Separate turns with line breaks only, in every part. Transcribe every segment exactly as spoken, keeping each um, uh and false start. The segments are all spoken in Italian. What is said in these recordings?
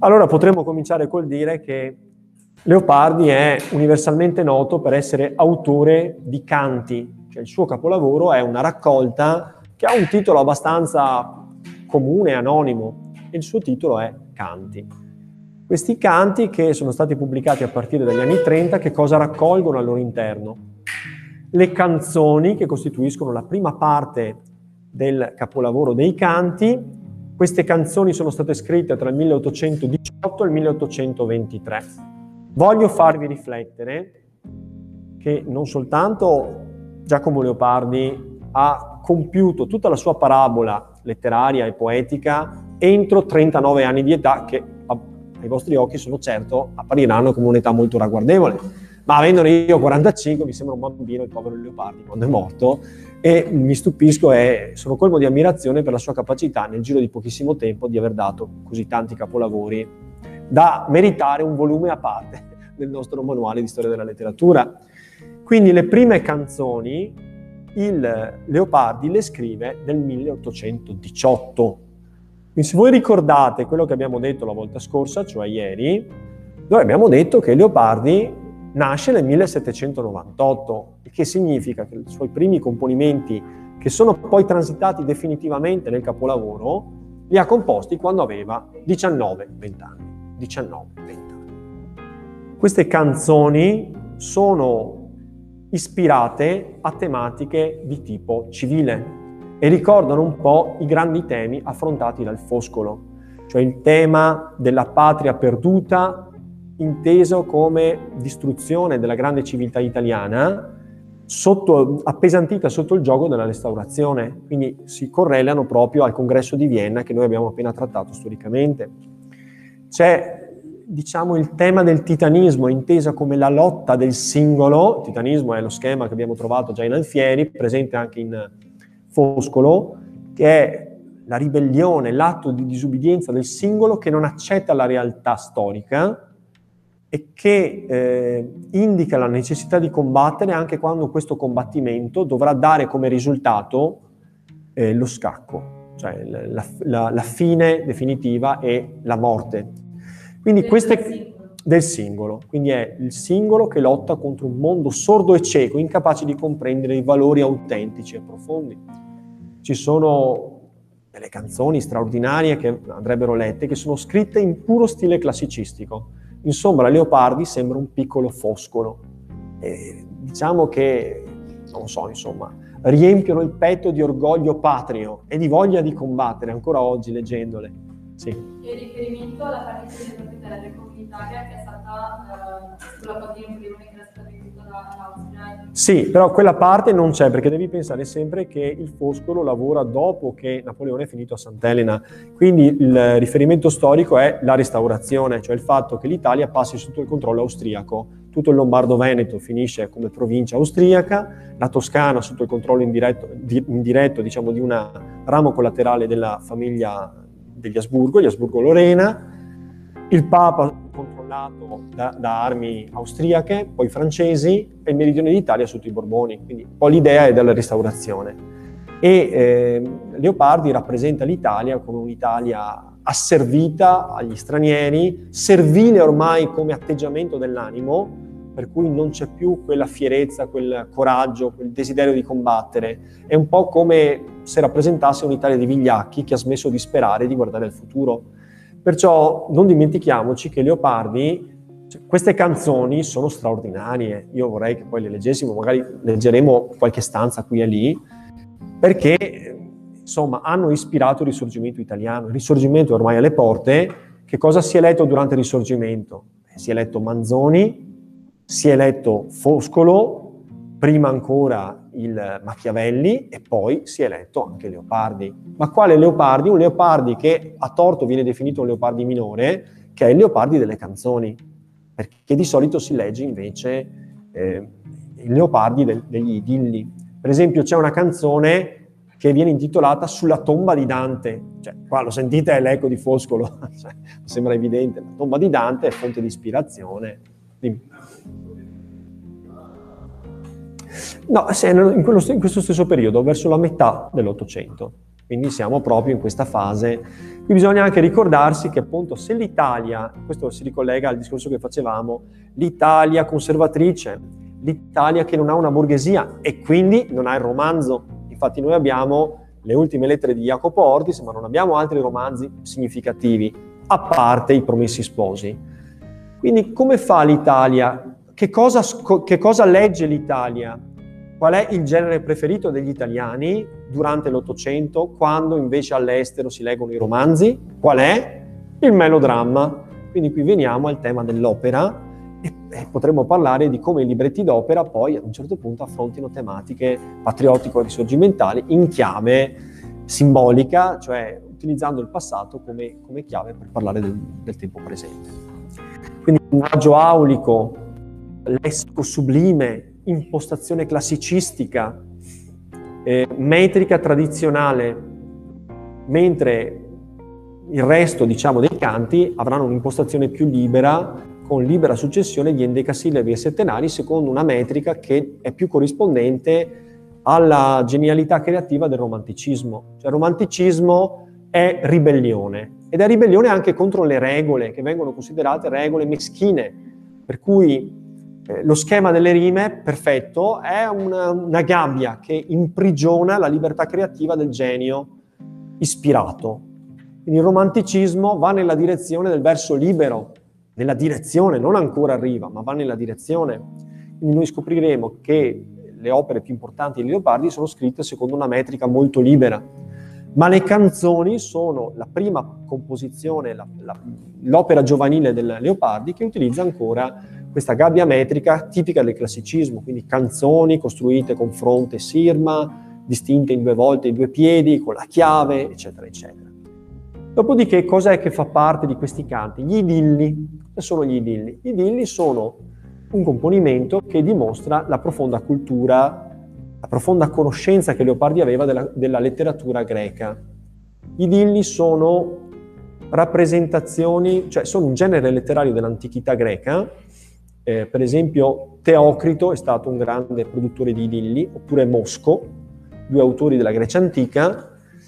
Allora potremmo cominciare col dire che Leopardi è universalmente noto per essere autore di canti, cioè il suo capolavoro è una raccolta che ha un titolo abbastanza comune, anonimo, e il suo titolo è Canti. Questi canti, che sono stati pubblicati a partire dagli anni trenta, che cosa raccolgono al loro interno? Le canzoni, che costituiscono la prima parte del capolavoro dei canti. Queste canzoni sono state scritte tra il milleottocentodiciotto e il milleottocentoventitré. Voglio farvi riflettere che non soltanto Giacomo Leopardi ha compiuto tutta la sua parabola letteraria e poetica entro trentanove anni di età, che ai vostri occhi sono certo appariranno come un'età molto ragguardevole, ma avendone io quarantacinque mi sembra un bambino il povero Leopardi quando è morto, e mi stupisco e sono colmo di ammirazione per la sua capacità nel giro di pochissimo tempo di aver dato così tanti capolavori da meritare un volume a parte del nostro manuale di storia della letteratura. Quindi le prime canzoni il Leopardi le scrive nel milleottocentodiciotto. Quindi se voi ricordate quello che abbiamo detto la volta scorsa, cioè ieri, noi abbiamo detto che Leopardi nasce nel millesettecentonovantotto, il che significa che i suoi primi componimenti, che sono poi transitati definitivamente nel capolavoro, li ha composti quando aveva diciannove venti anni. diciannove venti anni. Queste canzoni sono ispirate a tematiche di tipo civile e ricordano un po' i grandi temi affrontati dal Foscolo, cioè il tema della patria perduta, inteso come distruzione della grande civiltà italiana, sotto, appesantita sotto il giogo della Restaurazione. Quindi si correlano proprio al congresso di Vienna che noi abbiamo appena trattato storicamente. C'è, diciamo, il tema del titanismo, intesa come la lotta del singolo. Il titanismo è lo schema che abbiamo trovato già in Alfieri, presente anche in Foscolo, che è la ribellione, l'atto di disubbidienza del singolo che non accetta la realtà storica e che eh, indica la necessità di combattere anche quando questo combattimento dovrà dare come risultato eh, lo scacco, cioè la, la, la fine definitiva e la morte. Quindi del queste singolo. del singolo, quindi è il singolo che lotta contro un mondo sordo e cieco, incapace di comprendere i valori autentici e profondi. Ci sono delle canzoni straordinarie che andrebbero lette, che sono scritte in puro stile classicistico. Insomma, Leopardi sembra un piccolo Foscolo. E diciamo che, non lo so, insomma, riempiono il petto di orgoglio patrio e di voglia di combattere, ancora oggi leggendole. Sì.
E riferimento alla parte della comunitaria che è stata uh, sulla quadrina che era stata venduta dall'Austria.
Sì, però quella parte non c'è, perché devi pensare sempre che il Foscolo lavora dopo che Napoleone è finito a Sant'Elena. Quindi il riferimento storico è la Restaurazione, cioè il fatto che l'Italia passi sotto il controllo austriaco. Tutto il Lombardo-Veneto finisce come provincia austriaca, la Toscana sotto il controllo indiretto, di, indiretto diciamo, di una ramo collaterale della famiglia degli Asburgo, gli Asburgo-Lorena, il Papa controllato da, da armi austriache, poi francesi, e il meridione d'Italia sotto i Borboni. Quindi poi l'idea è della Restaurazione. E eh, Leopardi rappresenta l'Italia come un'Italia asservita agli stranieri, servile ormai come atteggiamento dell'animo, per cui non c'è più quella fierezza, quel coraggio, quel desiderio di combattere. È un po' come se rappresentasse un'Italia di vigliacchi che ha smesso di sperare e di guardare al futuro. Perciò non dimentichiamoci che Leopardi, cioè, queste canzoni sono straordinarie. Io vorrei che poi le leggessimo, magari leggeremo qualche stanza qui e lì, perché insomma hanno ispirato il Risorgimento italiano. Il Risorgimento è ormai alle porte. Che cosa si è letto durante il Risorgimento? Si è letto Manzoni, si è letto Foscolo, prima ancora il Machiavelli e poi si è letto anche Leopardi. Ma quale Leopardi? Un Leopardi che a torto viene definito un Leopardi minore, che è il Leopardi delle canzoni, perché di solito si legge invece eh, il Leopardi del, degli idilli. Per esempio c'è una canzone che viene intitolata Sulla tomba di Dante. Cioè, qua lo sentite, è l'eco di Foscolo, cioè, sembra evidente. La tomba di Dante è fonte di ispirazione. Dimmi. No, in, quello, in questo stesso periodo, verso la metà dell'Ottocento. quindi siamo proprio in questa fase. Qui bisogna anche ricordarsi che appunto se l'Italia, questo si ricollega al discorso che facevamo, l'Italia conservatrice, l'Italia che non ha una borghesia e quindi non ha il romanzo. Infatti noi abbiamo le ultime lettere di Jacopo Ortis, ma non abbiamo altri romanzi significativi, a parte I Promessi Sposi. Quindi come fa l'Italia? Che cosa, che cosa legge l'Italia? Qual è il genere preferito degli italiani durante l'Ottocento, quando invece all'estero si leggono i romanzi? Qual è? Il melodramma. Quindi qui veniamo al tema dell'opera e, e potremmo parlare di come i libretti d'opera poi ad un certo punto affrontino tematiche patriottico-risorgimentali in chiave simbolica, cioè utilizzando il passato come, come chiave per parlare del, del tempo presente. Quindi linguaggio aulico, lessico sublime, impostazione classicistica, eh, metrica tradizionale, mentre il resto, diciamo, dei canti avranno un'impostazione più libera, con libera successione di endecasillabi e settenari, secondo una metrica che è più corrispondente alla genialità creativa del romanticismo. Cioè il romanticismo è ribellione, ed è ribellione anche contro le regole, che vengono considerate regole meschine, per cui Eh, lo schema delle rime, perfetto, è una, una gabbia che imprigiona la libertà creativa del genio ispirato. Quindi il romanticismo va nella direzione del verso libero, nella direzione, non ancora arriva, ma va nella direzione. Quindi noi scopriremo che le opere più importanti di Leopardi sono scritte secondo una metrica molto libera, ma le canzoni sono la prima composizione, la, la, l'opera giovanile del Leopardi che utilizza ancora questa gabbia metrica tipica del classicismo, quindi canzoni costruite con fronte e sirma, distinte in due volte i due piedi, con la chiave, eccetera, eccetera. Dopodiché, cos'è che fa parte di questi canti? Gli idilli. Cosa sono gli idilli? Gli idilli sono un componimento che dimostra la profonda cultura, la profonda conoscenza che Leopardi aveva della, della letteratura greca. Gli idilli sono rappresentazioni, cioè sono un genere letterario dell'antichità greca. Eh, per esempio Teocrito è stato un grande produttore di idilli, oppure Mosco, due autori della Grecia antica.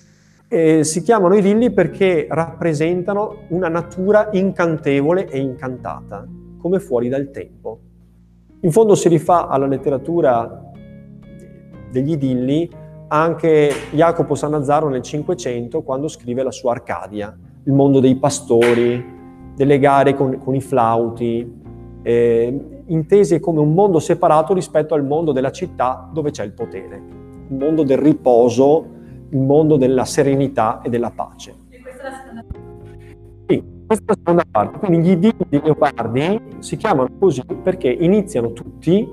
Eh, si chiamano idilli perché rappresentano una natura incantevole e incantata, come fuori dal tempo. In fondo si rifà alla letteratura degli idilli anche Jacopo Sannazzaro nel Cinquecento, quando scrive la sua Arcadia, il mondo dei pastori, delle gare con, con i flauti, Eh, intese come un mondo separato rispetto al mondo della città dove c'è il potere, il mondo del riposo, il mondo della serenità e della pace.
E questa è la seconda parte.
Sì, questa è la seconda parte. Quindi gli idilli di Leopardi si chiamano così perché iniziano tutti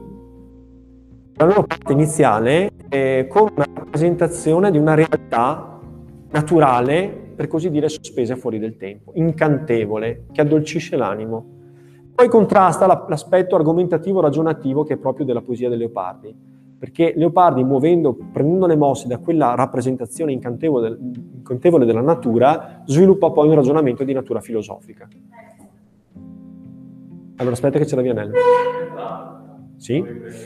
la loro parte iniziale eh, con una rappresentazione di una realtà naturale, per così dire sospesa fuori del tempo, incantevole, che addolcisce l'animo. Poi contrasta l'aspetto argomentativo ragionativo che è proprio della poesia di Leopardi, perché Leopardi, muovendo, prendendo le mosse da quella rappresentazione incantevole, incantevole della natura, sviluppa poi un ragionamento di natura filosofica. Allora aspetta che c'è la Vianello. Sì?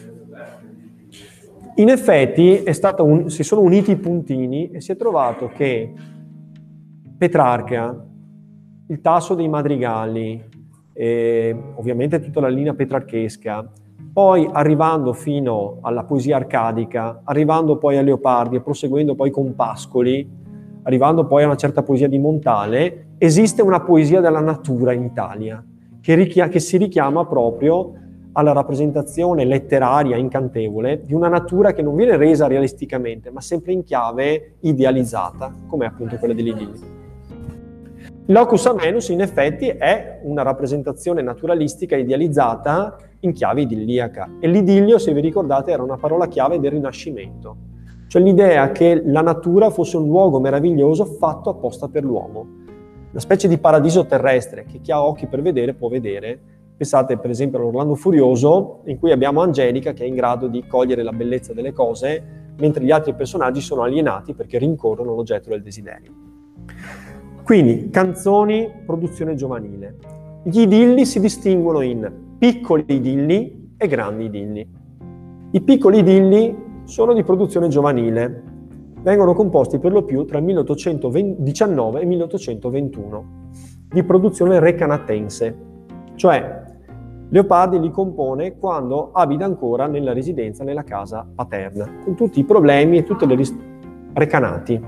In effetti è stato un, si sono uniti i puntini e si è trovato che Petrarca, il Tasso dei Madrigali, Eh, ovviamente tutta la linea petrarchesca, poi arrivando fino alla poesia arcadica, arrivando poi a Leopardi e proseguendo poi con Pascoli, arrivando poi a una certa poesia di Montale, esiste una poesia della natura in Italia che, richia- che si richiama proprio alla rappresentazione letteraria incantevole di una natura che non viene resa realisticamente, ma sempre in chiave idealizzata, come appunto quella degli idilli. Locus Amenus in effetti è una rappresentazione naturalistica idealizzata in chiave idilliaca, e l'idillio, se vi ricordate, era una parola chiave del Rinascimento, cioè l'idea che la natura fosse un luogo meraviglioso fatto apposta per l'uomo, una specie di paradiso terrestre che chi ha occhi per vedere può vedere. Pensate per esempio all'Orlando Furioso, in cui abbiamo Angelica che è in grado di cogliere la bellezza delle cose, mentre gli altri personaggi sono alienati perché rincorrono l'oggetto del desiderio. Quindi, canzoni, produzione giovanile. Gli idilli si distinguono in piccoli idilli e grandi idilli. I piccoli idilli sono di produzione giovanile. vengono composti per lo più tra il milleottocentodiciannove e il milleottocentoventuno, di produzione recanatense, cioè Leopardi li compone quando abita ancora nella residenza, nella casa paterna, con tutti i problemi e tutte le ris- recanati,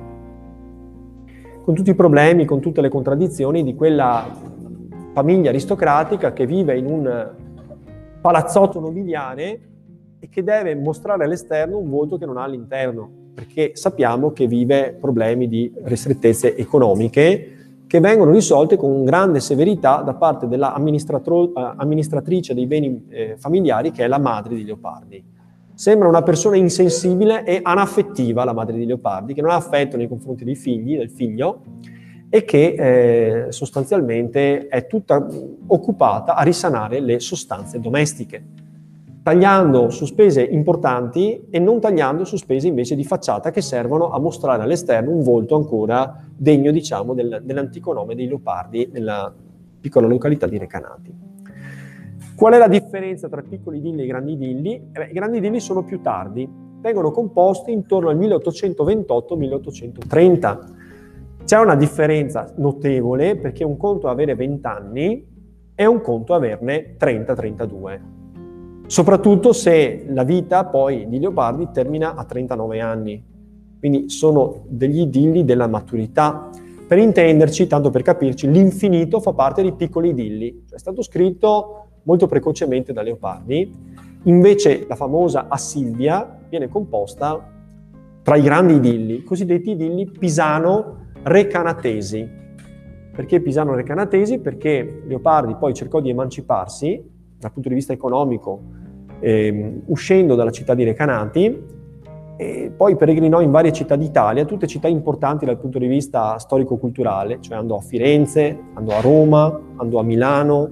con tutti i problemi, con tutte le contraddizioni di quella famiglia aristocratica che vive in un palazzotto nobiliare e che deve mostrare all'esterno un volto che non ha all'interno, perché sappiamo che vive problemi di ristrettezze economiche che vengono risolte con grande severità da parte dell'amministratrice dei beni eh, familiari, che è la madre di Leopardi. Sembra una persona insensibile e anaffettiva, la madre di Leopardi, che non ha affetto nei confronti dei figli, del figlio, e che eh, sostanzialmente è tutta occupata a risanare le sostanze domestiche, tagliando su spese importanti e non tagliando su spese invece di facciata che servono a mostrare all'esterno un volto ancora degno, diciamo, del, dell'antico nome dei Leopardi nella piccola località di Recanati. Qual è la differenza tra piccoli idilli e grandi idilli? Eh beh, i grandi idilli sono più tardi, vengono composti intorno al milleottocentoventotto milleottocentotrenta. C'è una differenza notevole, perché un conto è avere venti anni e un conto è averne trenta trentadue. Soprattutto se la vita poi di Leopardi termina a trentanove anni. Quindi sono degli idilli della maturità. Per intenderci, tanto per capirci, l'infinito fa parte dei piccoli idilli. È stato scritto molto precocemente da Leopardi. Invece la famosa Assilvia viene composta tra i grandi idilli, i cosiddetti idilli pisano-recanatesi. Perché pisano-recanatesi? Perché Leopardi poi cercò di emanciparsi dal punto di vista economico, eh, uscendo dalla città di Recanati, e poi peregrinò in varie città d'Italia, tutte città importanti dal punto di vista storico-culturale, cioè andò a Firenze, andò a Roma, andò a Milano.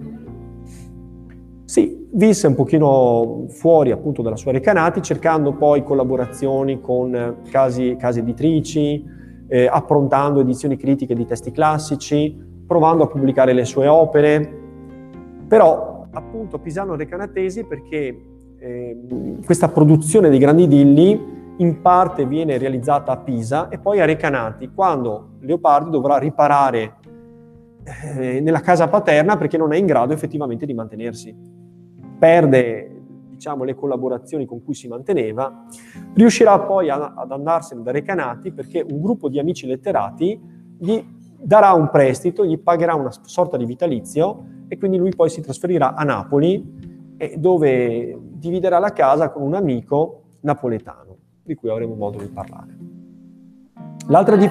Sì, visse un pochino fuori appunto dalla sua Recanati, cercando poi collaborazioni con casi, case editrici, eh, approntando edizioni critiche di testi classici, provando a pubblicare le sue opere, però appunto pisano-recanatesi perché eh, questa produzione dei grandi idilli in parte viene realizzata a Pisa e poi a Recanati, quando Leopardi dovrà riparare eh, nella casa paterna perché non è in grado effettivamente di mantenersi. Perde, diciamo, le collaborazioni con cui si manteneva, riuscirà poi a, ad andarsene da Recanati perché un gruppo di amici letterati gli darà un prestito, gli pagherà una sorta di vitalizio e quindi lui poi si trasferirà a Napoli, eh, dove dividerà la casa con un amico napoletano, di cui avremo modo di parlare. L'altra di...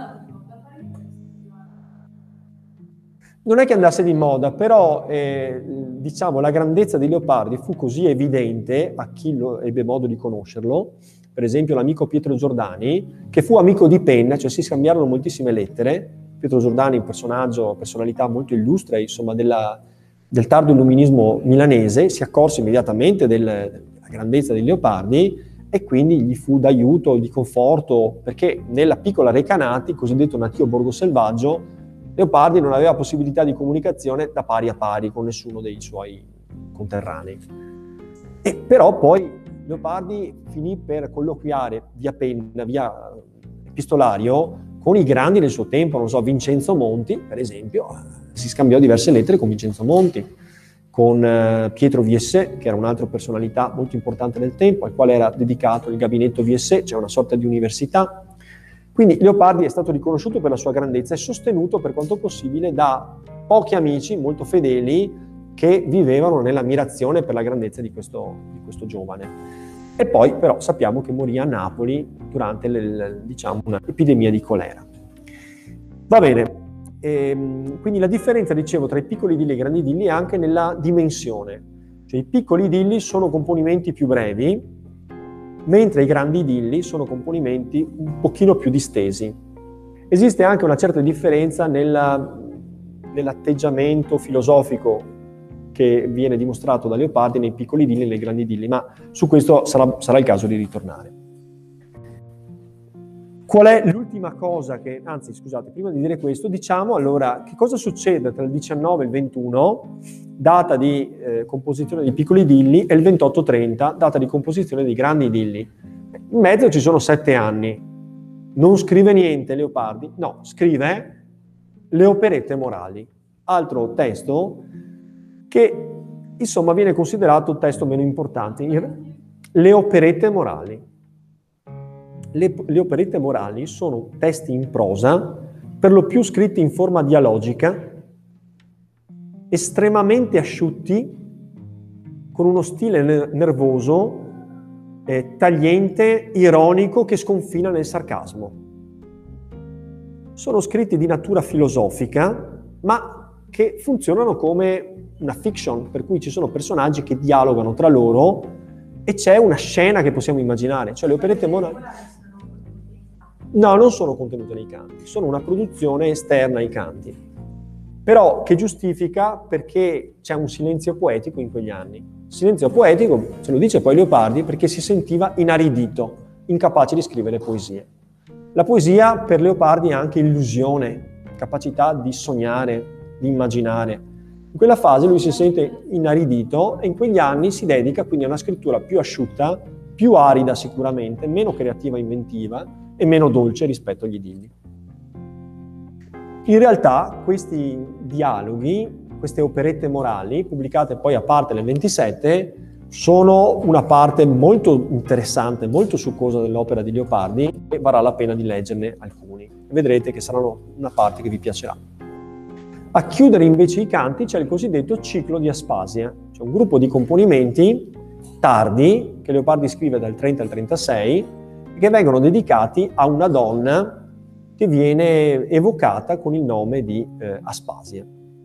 Non è che andasse di moda, però eh, diciamo la grandezza di Leopardi fu così evidente a chi lo ebbe modo di conoscerlo, per esempio l'amico Pietro Giordani, che fu amico di penna, cioè si scambiarono moltissime lettere. Pietro Giordani, un personaggio, personalità molto illustre, insomma, della, del tardo illuminismo milanese, si accorse immediatamente del, della grandezza di Leopardi e quindi gli fu d'aiuto, di conforto, perché nella piccola Recanati, cosiddetto natio borgo selvaggio, Leopardi non aveva possibilità di comunicazione da pari a pari con nessuno dei suoi conterranei. E però poi Leopardi finì per colloquiare via penna, via epistolario, con i grandi del suo tempo, non so, Vincenzo Monti, per esempio, si scambiò diverse lettere con Vincenzo Monti, con eh, Pietro Viessé, che era un'altra personalità molto importante del tempo, al quale era dedicato il gabinetto Viessé, cioè una sorta di università. Quindi Leopardi è stato riconosciuto per la sua grandezza e sostenuto per quanto possibile da pochi amici molto fedeli che vivevano nell'ammirazione per la grandezza di questo, di questo giovane. E poi però sappiamo che morì a Napoli durante le, le, diciamo, un'epidemia di colera. Va bene, ehm, quindi la differenza, dicevo, tra i piccoli idilli e i grandi idilli è anche nella dimensione. Cioè i piccoli idilli sono componimenti più brevi, mentre i grandi idilli sono componimenti un pochino più distesi. Esiste anche una certa differenza nella, nell'atteggiamento filosofico che viene dimostrato da Leopardi nei piccoli idilli e nei grandi idilli, ma su questo sarà, sarà il caso di ritornare. Qual è l'ultima cosa che, anzi scusate, prima di dire questo, diciamo allora che cosa succede tra il diciannove e il ventuno, data di eh, composizione dei piccoli idilli, e il ventotto trenta, data di composizione dei grandi idilli. In mezzo ci sono sette anni. Non scrive niente Leopardi, no, scrive le operette morali, altro testo che insomma viene considerato il testo meno importante. Le operette morali. Le, le operette morali sono testi in prosa, per lo più scritti in forma dialogica, estremamente asciutti, con uno stile nervoso, eh, tagliente, ironico, che sconfina nel sarcasmo. Sono scritti di natura filosofica, ma che funzionano come una fiction, per cui ci sono personaggi che dialogano tra loro e c'è una scena che possiamo immaginare. Cioè le operette morali... No, non sono contenute nei canti, sono una produzione esterna ai canti, però che giustifica perché c'è un silenzio poetico in quegli anni. Silenzio poetico, ce lo dice poi Leopardi, perché si sentiva inaridito, incapace di scrivere poesie. La poesia per Leopardi è anche illusione, capacità di sognare, di immaginare. In quella fase lui si sente inaridito e in quegli anni si dedica quindi a una scrittura più asciutta, più arida sicuramente, meno creativa e inventiva e meno dolce rispetto agli idilli. In realtà questi dialoghi, queste operette morali, pubblicate poi a parte nel ventisette, sono una parte molto interessante, molto succosa dell'opera di Leopardi e varrà la pena di leggerne alcuni. Vedrete che saranno una parte che vi piacerà. A chiudere invece i canti c'è il cosiddetto ciclo di Aspasia, cioè un gruppo di componimenti tardi che Leopardi scrive dal trenta al trentasei e che vengono dedicati a una donna che viene evocata con il nome di eh, Aspasia.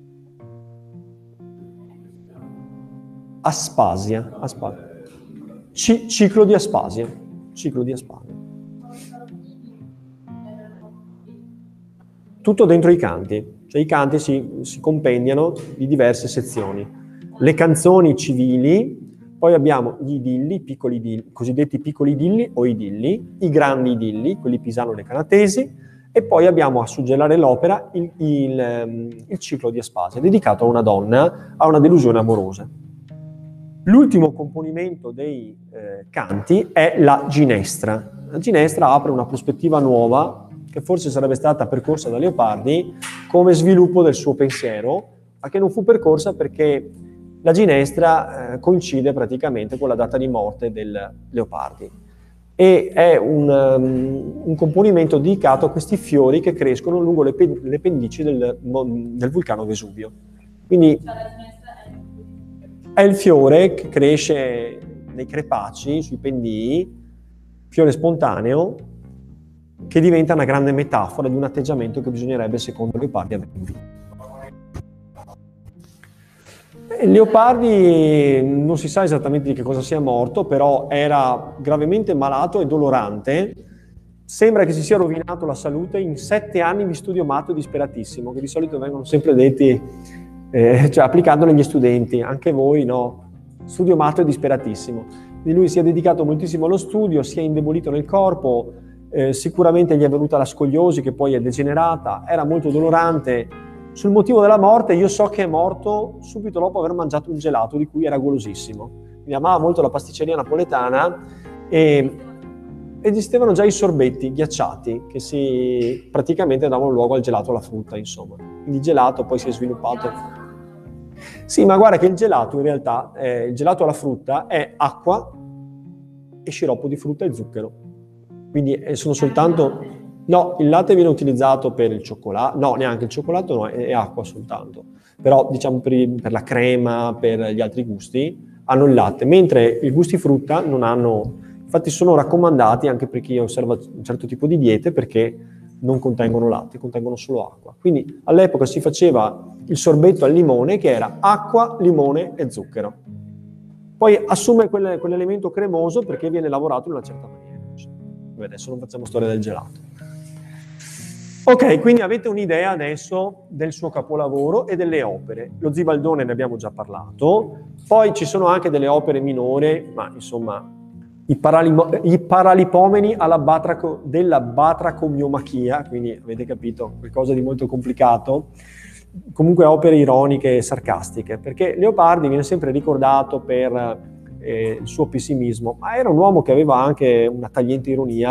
Aspasia, Aspasia. C- ciclo di Aspasia, ciclo di Aspasia. Tutto dentro i canti, cioè i canti si, si compendiano di diverse sezioni. Le canzoni civili, poi abbiamo gli idilli, piccoli idilli, cosiddetti piccoli idilli o idilli, i grandi idilli, quelli pisano-lecanatesi, e poi abbiamo a suggellare l'opera il, il, il ciclo di Aspasia, dedicato a una donna, a una delusione amorosa. L'ultimo componimento dei eh, canti è la ginestra. La ginestra apre una prospettiva nuova che forse sarebbe stata percorsa da Leopardi come sviluppo del suo pensiero, ma che non fu percorsa perché la ginestra eh, coincide praticamente con la data di morte del Leopardi e è un, um, un componimento dedicato a questi fiori che crescono lungo le, pe- le pendici del, del vulcano Vesuvio. Quindi è il fiore che cresce nei crepaci, sui pendii, fiore spontaneo, che diventa una grande metafora di un atteggiamento che bisognerebbe, secondo Leopardi, avere in vita. Leopardi non si sa esattamente di che cosa sia morto, però era gravemente malato e dolorante. Sembra che si sia rovinato la salute in sette anni di studio matto e disperatissimo, che di solito vengono sempre detti, eh, cioè applicandoli agli studenti, anche voi, no? Studio matto e disperatissimo. Di lui si è dedicato moltissimo allo studio, si è indebolito nel corpo, eh, sicuramente gli è venuta la scoliosi che poi è degenerata, era molto dolorante. Sul motivo della morte io so che è morto subito dopo aver mangiato un gelato di cui era golosissimo. Mi amava molto la pasticceria napoletana e esistevano già i sorbetti ghiacciati che si praticamente davano luogo al gelato alla frutta, insomma. Quindi il gelato poi si è sviluppato. Sì, ma guarda che il gelato in realtà, eh, il gelato alla frutta è acqua e sciroppo di frutta e zucchero. Quindi eh, sono soltanto... No, il latte viene utilizzato per il cioccolato, no, neanche il cioccolato no, è, è acqua soltanto. Però diciamo per, i, per la crema, per gli altri gusti, hanno il latte, mentre i gusti frutta non hanno... Infatti sono raccomandati anche per chi osserva un certo tipo di diete perché non contengono latte, contengono solo acqua. Quindi all'epoca si faceva il sorbetto al limone che era acqua, limone e zucchero. Poi assume quelle, quell'elemento cremoso perché viene lavorato in una certa maniera. Adesso non facciamo storia del gelato. Ok, quindi avete un'idea adesso del suo capolavoro e delle opere. Lo Zibaldone ne abbiamo già parlato, poi ci sono anche delle opere minori, ma insomma i, paralimo- i paralipomeni alla batraco- della batracomiomachia, quindi avete capito, qualcosa di molto complicato, comunque opere ironiche e sarcastiche, perché Leopardi viene sempre ricordato per eh, il suo pessimismo, ma era un uomo che aveva anche una tagliente ironia,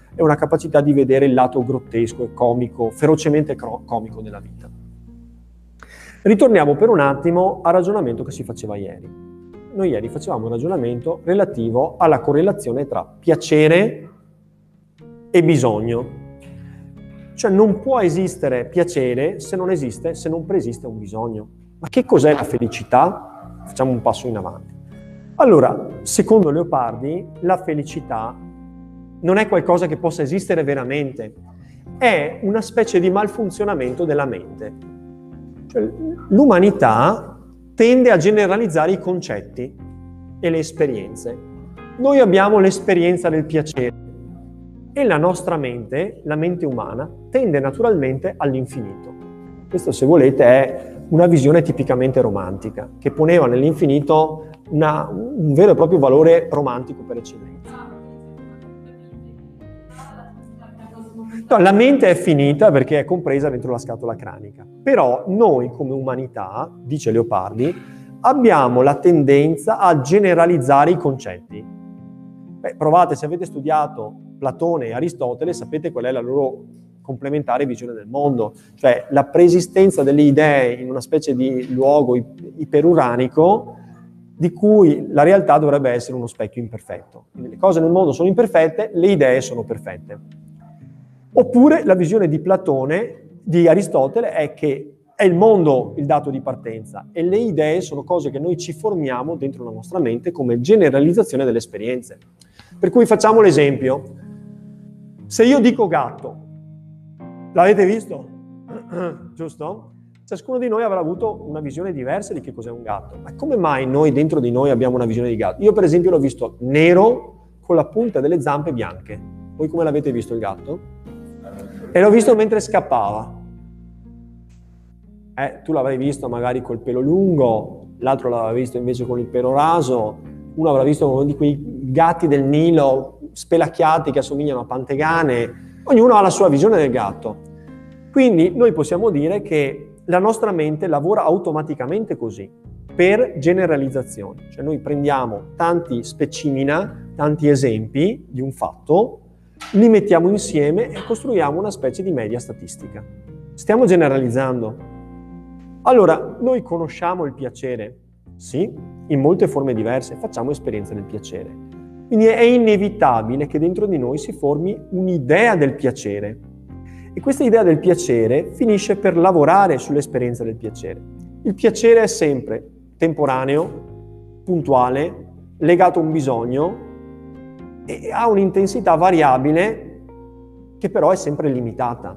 è una capacità di vedere il lato grottesco e comico, ferocemente comico della vita. Ritorniamo per un attimo al ragionamento che si faceva ieri. Noi ieri facevamo un ragionamento relativo alla correlazione tra piacere e bisogno. Cioè non può esistere piacere se non esiste, se non preesiste un bisogno. Ma che cos'è la felicità? Facciamo un passo in avanti. Allora, secondo Leopardi, la felicità non è qualcosa che possa esistere veramente, è una specie di malfunzionamento della mente. Cioè, l'umanità tende a generalizzare i concetti e le esperienze. Noi abbiamo l'esperienza del piacere e la nostra mente, la mente umana, tende naturalmente all'infinito. Questo, se volete, è una visione tipicamente romantica, che poneva nell'infinito una, un vero e proprio valore romantico per eccellenza. No, la mente è finita perché è compresa dentro la scatola cranica, però noi come umanità, dice Leopardi, abbiamo la tendenza a generalizzare i concetti. Beh, provate, se avete studiato Platone e Aristotele, sapete qual è la loro complementare visione del mondo, cioè la preesistenza delle idee in una specie di luogo iperuranico di cui la realtà dovrebbe essere uno specchio imperfetto. Quindi le cose nel mondo sono imperfette, le idee sono perfette. Oppure la visione di Platone, di Aristotele, è che è il mondo il dato di partenza e le idee sono cose che noi ci formiamo dentro la nostra mente come generalizzazione delle esperienze. Per cui facciamo l'esempio. Se io dico gatto, l'avete visto? Giusto? Ciascuno di noi avrà avuto una visione diversa di che cos'è un gatto. Ma come mai noi dentro di noi abbiamo una visione di gatto? Io per esempio l'ho visto nero con la punta delle zampe bianche. Voi come l'avete visto il gatto? E l'ho visto mentre scappava. Eh, tu l'avrai visto magari col pelo lungo, l'altro l'aveva visto invece con il pelo raso, uno avrà visto uno di quei gatti del Nilo spelacchiati che assomigliano a pantegane. Ognuno ha la sua visione del gatto. Quindi noi possiamo dire che la nostra mente lavora automaticamente così, per generalizzazione. Cioè noi prendiamo tanti specimina, tanti esempi di un fatto, li mettiamo insieme e costruiamo una specie di media statistica. Stiamo generalizzando. Allora, noi conosciamo il piacere, sì, in molte forme diverse, facciamo esperienza del piacere. Quindi è inevitabile che dentro di noi si formi un'idea del piacere. E questa idea del piacere finisce per lavorare sull'esperienza del piacere. Il piacere è sempre temporaneo, puntuale, legato a un bisogno e ha un'intensità variabile che però è sempre limitata.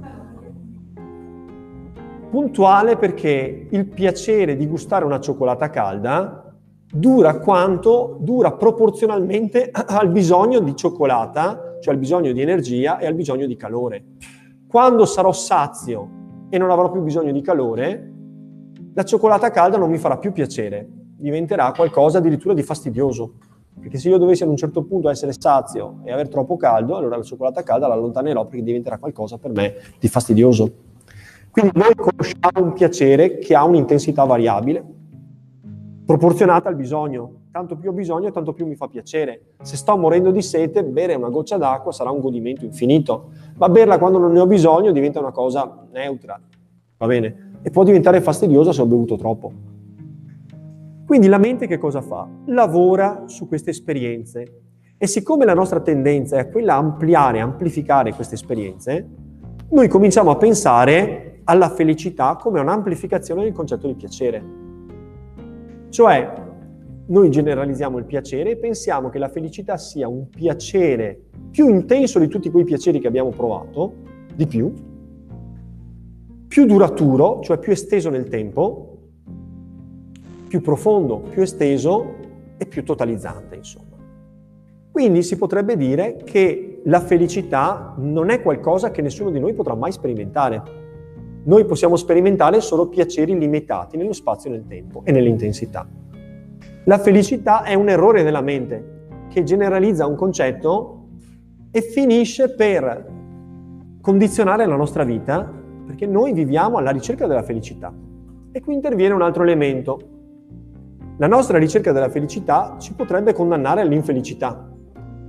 Puntuale perché il piacere di gustare una cioccolata calda dura quanto dura proporzionalmente al bisogno di cioccolata, cioè al bisogno di energia e al bisogno di calore. Quando sarò sazio e non avrò più bisogno di calore, la cioccolata calda non mi farà più piacere, diventerà qualcosa addirittura di fastidioso. Perché se io dovessi ad un certo punto essere sazio e aver troppo caldo, allora la cioccolata calda la allontanerò perché diventerà qualcosa per me di fastidioso. Quindi noi conosciamo un piacere che ha un'intensità variabile, proporzionata al bisogno. Tanto più ho bisogno, tanto più mi fa piacere. Se sto morendo di sete, bere una goccia d'acqua sarà un godimento infinito. Ma berla quando non ne ho bisogno diventa una cosa neutra, va bene? E può diventare fastidiosa se ho bevuto troppo. Quindi la mente che cosa fa? Lavora su queste esperienze. E siccome la nostra tendenza è quella a ampliare, amplificare queste esperienze, noi cominciamo a pensare alla felicità come un'amplificazione del concetto di piacere. Cioè, noi generalizziamo il piacere e pensiamo che la felicità sia un piacere più intenso di tutti quei piaceri che abbiamo provato, di più, più duraturo, cioè più esteso nel tempo, più profondo, più esteso e più totalizzante, insomma. Quindi si potrebbe dire che la felicità non è qualcosa che nessuno di noi potrà mai sperimentare. Noi possiamo sperimentare solo piaceri limitati nello spazio e nel tempo e nell'intensità. La felicità è un errore della mente che generalizza un concetto e finisce per condizionare la nostra vita perché noi viviamo alla ricerca della felicità. E qui interviene un altro elemento. La nostra ricerca della felicità ci potrebbe condannare all'infelicità.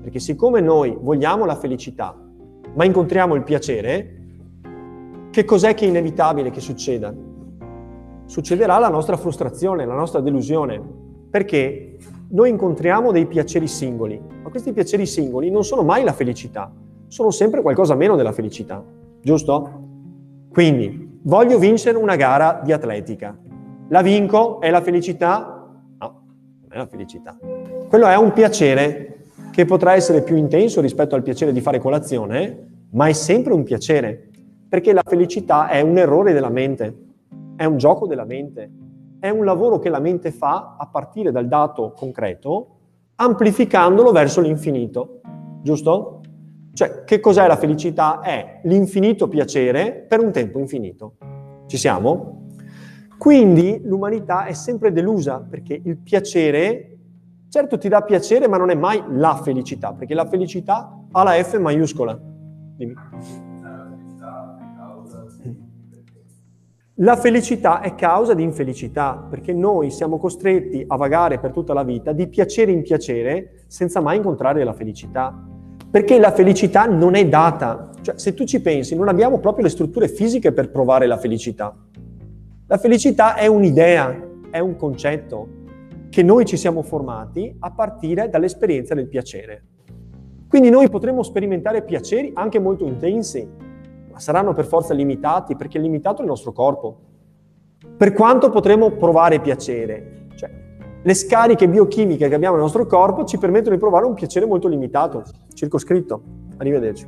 Perché siccome noi vogliamo la felicità, ma incontriamo il piacere, che cos'è che è inevitabile che succeda? Succederà la nostra frustrazione, la nostra delusione, perché noi incontriamo dei piaceri singoli, ma questi piaceri singoli non sono mai la felicità, sono sempre qualcosa meno della felicità, giusto? Quindi, voglio vincere una gara di atletica. La vinco? È la felicità? No, non è la felicità. Quello è un piacere che potrà essere più intenso rispetto al piacere di fare colazione, ma è sempre un piacere, perché la felicità è un errore della mente, è un gioco della mente, è un lavoro che la mente fa a partire dal dato concreto, amplificandolo verso l'infinito, giusto? Cioè, che cos'è la felicità? È l'infinito piacere per un tempo infinito. Ci siamo? Quindi l'umanità è sempre delusa, perché il piacere, certo ti dà piacere, ma non è mai la felicità, perché la felicità ha la F maiuscola. Dimmi. La felicità è causa di infelicità, perché noi siamo costretti a vagare per tutta la vita di piacere in piacere senza mai incontrare la felicità. Perché la felicità non è data. Cioè, se tu ci pensi, non abbiamo proprio le strutture fisiche per provare la felicità. La felicità è un'idea, è un concetto che noi ci siamo formati a partire dall'esperienza del piacere. Quindi noi potremo sperimentare piaceri anche molto intensi, ma saranno per forza limitati, perché è limitato il nostro corpo. Per quanto potremo provare piacere, cioè le scariche biochimiche che abbiamo nel nostro corpo ci permettono di provare un piacere molto limitato, circoscritto. Arrivederci.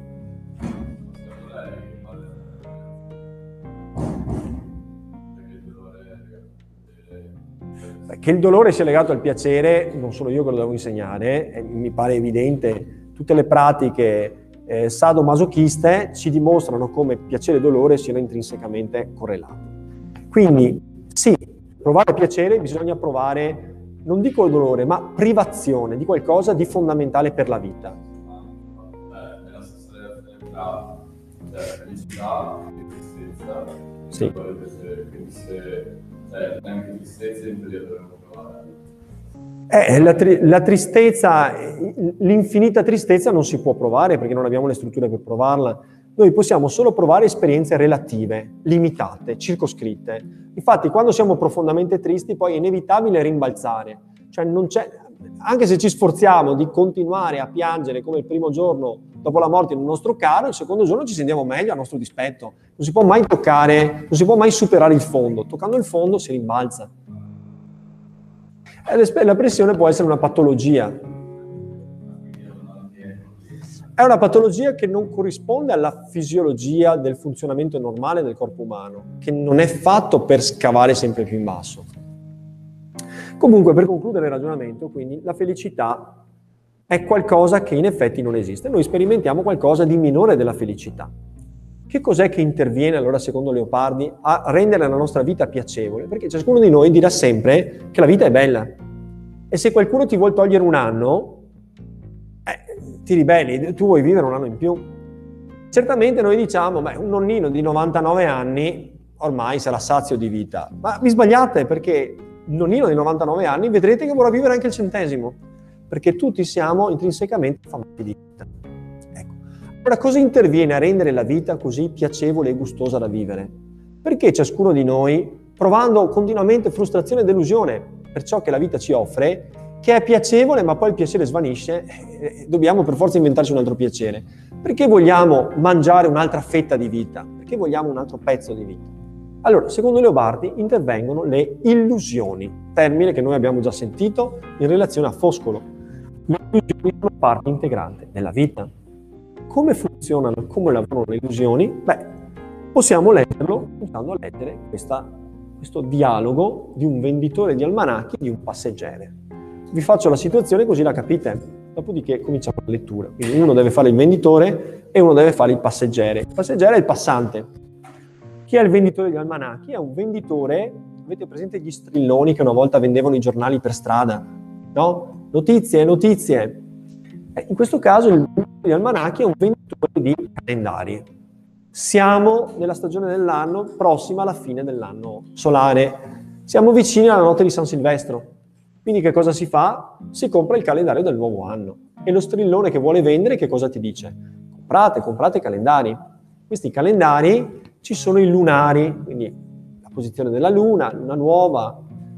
Che il dolore sia legato al piacere, non sono io che lo devo insegnare, eh, mi pare evidente. Tutte le pratiche Eh, sadomasochiste ci dimostrano come piacere e dolore siano intrinsecamente correlati. Quindi sì, provare piacere bisogna provare, non dico dolore, ma privazione di qualcosa di fondamentale per la vita.
Eh, nella stessa relazione tra felicità e tristezza,
sì.
Quindi se cioè, anche tristezza in teoria dovremmo provare.
Eh, la, tri- la tristezza, l'infinita tristezza non si può provare perché non abbiamo le strutture per provarla. Noi possiamo solo provare esperienze relative, limitate, circoscritte. Infatti, quando siamo profondamente tristi, poi è inevitabile rimbalzare. Cioè, non c'è, anche se ci sforziamo di continuare a piangere come il primo giorno dopo la morte di un nostro caro, il secondo giorno ci sentiamo meglio a nostro dispetto. Non si può mai toccare, non si può mai superare il fondo. Toccando il fondo si rimbalza. La pressione può essere una patologia. È una patologia che non corrisponde alla fisiologia del funzionamento normale del corpo umano, che non è fatto per scavare sempre più in basso. Comunque, per concludere il ragionamento, quindi, la felicità è qualcosa che in effetti non esiste. Noi sperimentiamo qualcosa di minore della felicità. Che cos'è che interviene, allora, secondo Leopardi, a rendere la nostra vita piacevole? Perché ciascuno di noi dirà sempre che la vita è bella. E se qualcuno ti vuol togliere un anno, eh, ti ribelli, tu vuoi vivere un anno in più. Certamente noi diciamo, beh, un nonnino di novantanove anni ormai sarà sazio di vita. Ma vi sbagliate, perché un nonnino di novantanove anni vedrete che vorrà vivere anche il centesimo, perché tutti siamo intrinsecamente affamati di vita. Ora, cosa interviene a rendere la vita così piacevole e gustosa da vivere? Perché ciascuno di noi, provando continuamente frustrazione e delusione per ciò che la vita ci offre, che è piacevole ma poi il piacere svanisce, eh, dobbiamo per forza inventarci un altro piacere. Perché vogliamo mangiare un'altra fetta di vita? Perché vogliamo un altro pezzo di vita? Allora, secondo Leopardi, intervengono le illusioni, termine che noi abbiamo già sentito in relazione a Foscolo. Le illusioni sono parte integrante della vita. Come funzionano, come lavorano le illusioni? Beh, possiamo leggerlo usando a leggere questa, questo dialogo di un venditore di almanacchi e di un passeggero. Vi faccio la situazione così la capite, dopodiché cominciamo la lettura. Quindi uno deve fare il venditore e uno deve fare il passeggero. Il passeggero è il passante. Chi è il venditore di almanacchi? È un venditore, avete presente gli strilloni che una volta vendevano i giornali per strada? No? Notizie, notizie. In questo caso il venditore di almanacchi è un venditore di calendari. Siamo nella stagione dell'anno prossima alla fine dell'anno solare. Siamo vicini alla notte di San Silvestro. Quindi che cosa si fa? Si compra il calendario del nuovo anno. E lo strillone che vuole vendere che cosa ti dice? Comprate, comprate calendari. Questi calendari ci sono i lunari, quindi la posizione della luna, luna nuova,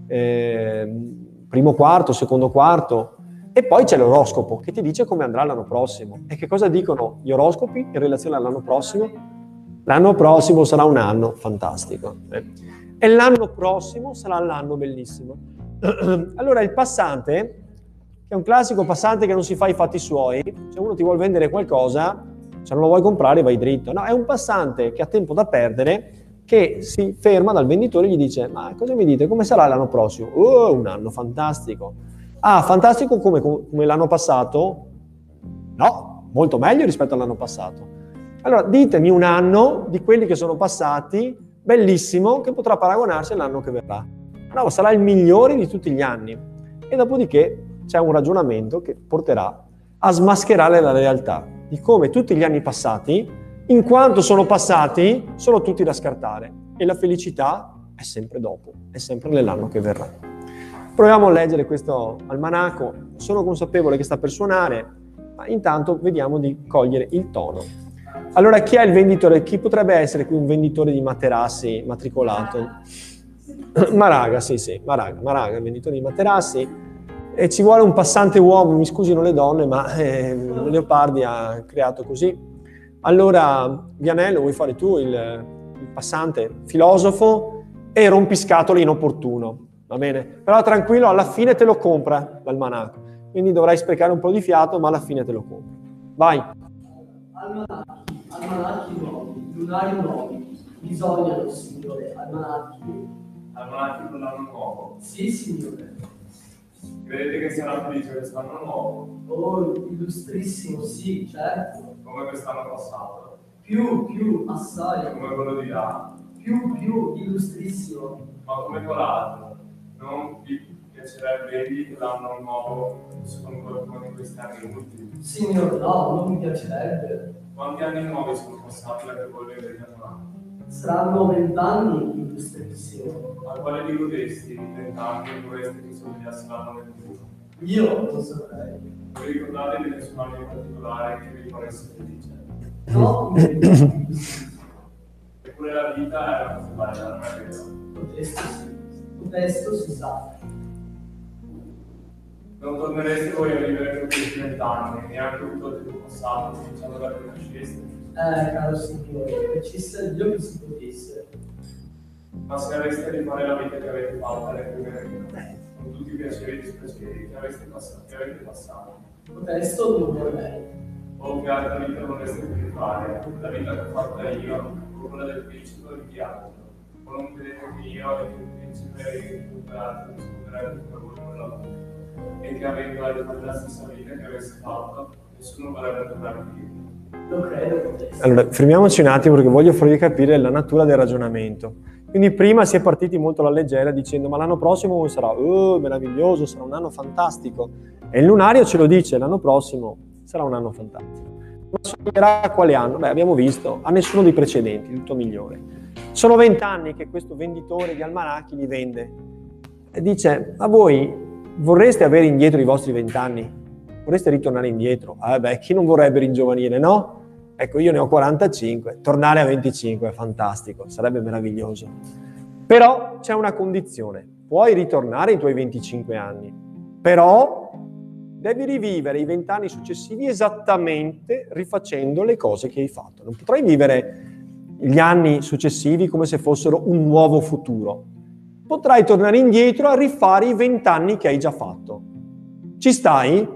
eh, primo quarto, secondo quarto, e poi c'è l'oroscopo che ti dice come andrà l'anno prossimo. E che cosa dicono gli oroscopi in relazione all'anno prossimo? L'anno prossimo sarà un anno fantastico. Eh. E l'anno prossimo sarà l'anno bellissimo. Allora il passante, che è un classico passante che non si fa i fatti suoi, se uno ti vuole vendere qualcosa, se non lo vuoi comprare vai dritto. No, è un passante che ha tempo da perdere, che si ferma dal venditore e gli dice: ma cosa mi dite, come sarà l'anno prossimo? Oh, un anno fantastico. Ah, fantastico come, come l'anno passato? No, molto meglio rispetto all'anno passato. Allora ditemi un anno di quelli che sono passati, bellissimo, che potrà paragonarsi all'anno che verrà. No, sarà il migliore di tutti gli anni. E dopodiché c'è un ragionamento che porterà a smascherare la realtà di come tutti gli anni passati, in quanto sono passati, sono tutti da scartare. E la felicità è sempre dopo, è sempre nell'anno che verrà. Proviamo a leggere questo almanacco. Sono consapevole che sta per suonare, ma intanto vediamo di cogliere il tono. Allora, chi è il venditore? Chi potrebbe essere qui un venditore di materassi matricolato? Maraga, sì, sì, Maraga, Maraga, il venditore di materassi. E ci vuole un passante uomo, mi scusino le donne, ma eh, Leopardi ha creato così. Allora, Vianello, vuoi fare tu il, il passante filosofo e rompiscatole inopportuno, va bene? Però tranquillo, alla fine te lo compra l'almanacco, quindi dovrai sprecare un po' di fiato, ma alla fine te lo compra. Vai.
Almanacchi, almanacchi nuovi, lunari nuovi, bisognano, signore, almanacchi.
Almanacchi per l'anno nuovo.
Sì, signore.
Credete che sarà felice quest'anno nuovo?
Oh, illustrissimo, sì, certo.
Come quest'anno passato?
Più, più, assai.
Come quello di là?
Più, più, illustrissimo.
Ma come quell'altro? Non vi piacerebbe che l'anno nuovo secondo qualcuno di questi anni ultimi?
Signor, no, non mi piacerebbe.
Quanti anni nuovi sono passati da che voi vedete l'anno?
Saranno vent'anni, illustrissimo.
A quale di codesti vent'anni vorreste che somigliasse l'anno ventuno?
Io non saprei.
Vi ricordate di nessun anno in particolare che vi paresse felice?
No, in verità.
Eppure la vita è una cosa bella, non è vero?
Cotesto sì. Cotesto si sa.
Non tornereste voi a vivere per questi vent'anni, neanche tutto il tempo passato, cominciando da che nasceste?
Eh, caro signore, facesse Dio che si potesse.
Ma se aveste a rifare la vita che avete fatto alle prime, con tutti i piaceri e dispiaceri che avete passato, che avete passato,
Cotesto non vorrei.
o che altra vita vorreste più rifare, la vita che ho fatta io, o quella del principe o di chi altro, o non credete che io e che il principe recuperato risponderebbe per voi con la vita, e che avendo la rifare la stessa vita che aveste fatto, nessuno vorrebbe tornare più.
Lo credo, cotesto.
Allora, fermiamoci un attimo perché voglio farvi capire la natura del ragionamento. Quindi prima si è partiti molto alla leggera dicendo ma l'anno prossimo sarà oh, meraviglioso, sarà un anno fantastico. E il lunario ce lo dice, l'anno prossimo sarà un anno fantastico. Ma somiglierà a quale anno? Beh, abbiamo visto, a nessuno dei precedenti, il tuo migliore. Sono vent'anni che questo venditore di almanacchi li vende. E dice, ma voi vorreste avere indietro i vostri vent'anni? Vorreste ritornare indietro? Ah beh, chi non vorrebbe ringiovanire, no? Ecco, io ne ho quarantacinque, tornare a venticinque è fantastico, sarebbe meraviglioso. Però c'è una condizione, puoi ritornare ai tuoi venticinque anni, però devi rivivere i vent'anni successivi esattamente rifacendo le cose che hai fatto. Non potrai vivere gli anni successivi come se fossero un nuovo futuro. Potrai tornare indietro a rifare i vent'anni che hai già fatto. Ci stai?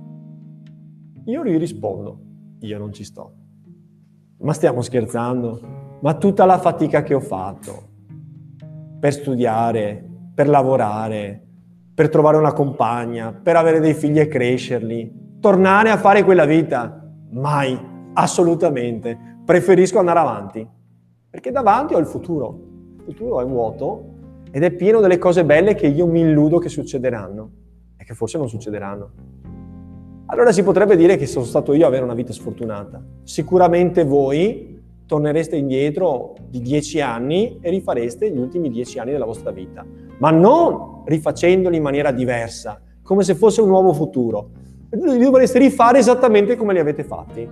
Io gli rispondo, io non ci sto. Ma stiamo scherzando? Ma tutta la fatica che ho fatto per studiare, per lavorare, per trovare una compagna, per avere dei figli e crescerli, tornare a fare quella vita? Mai, assolutamente. Preferisco andare avanti, perché davanti ho il futuro. Il futuro è vuoto ed è pieno delle cose belle che io mi illudo che succederanno e che forse non succederanno. Allora si potrebbe dire che sono stato io a avere una vita sfortunata. Sicuramente voi tornereste indietro di dieci anni e rifareste gli ultimi dieci anni della vostra vita, ma non rifacendoli in maniera diversa, come se fosse un nuovo futuro, li dovreste rifare esattamente come li avete fatti.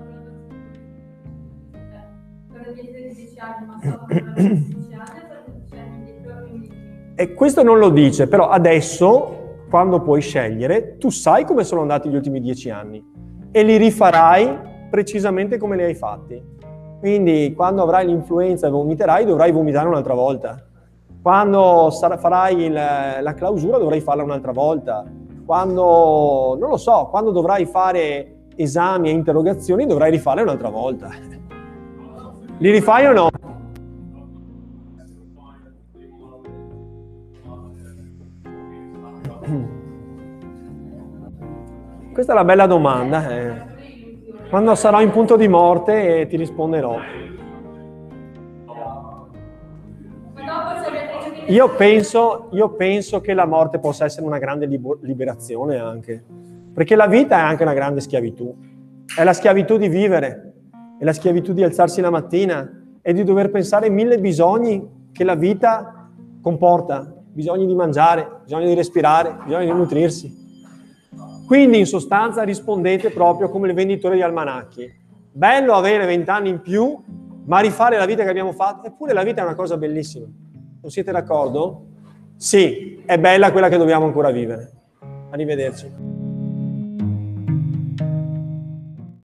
Per dieci anni, ma so per dieci anni, per dieci anni indietro, quindi...
E questo non lo dice, però adesso, quando puoi scegliere, tu sai come sono andati gli ultimi dieci anni e li rifarai precisamente come li hai fatti. Quindi quando avrai l'influenza e vomiterai, dovrai vomitare un'altra volta. Quando sar- farai il, la clausura, dovrai farla un'altra volta. Quando, non lo so, quando dovrai fare esami e interrogazioni, dovrai rifarle un'altra volta. Li rifai o no? Questa è la bella domanda. Eh. Quando sarò in punto di morte eh, ti risponderò. Io penso, io penso che la morte possa essere una grande libo- liberazione anche, perché la vita è anche una grande schiavitù. È la schiavitù di vivere, è la schiavitù di alzarsi la mattina e di dover pensare ai mille bisogni che la vita comporta. Bisogni di mangiare, bisogno di respirare, bisogno di nutrirsi. Quindi in sostanza rispondete proprio come il venditore di almanacchi. Bello avere vent'anni in più, ma rifare la vita che abbiamo fatto, eppure la vita è una cosa bellissima. Non siete d'accordo? Sì, è bella quella che dobbiamo ancora vivere. Arrivederci.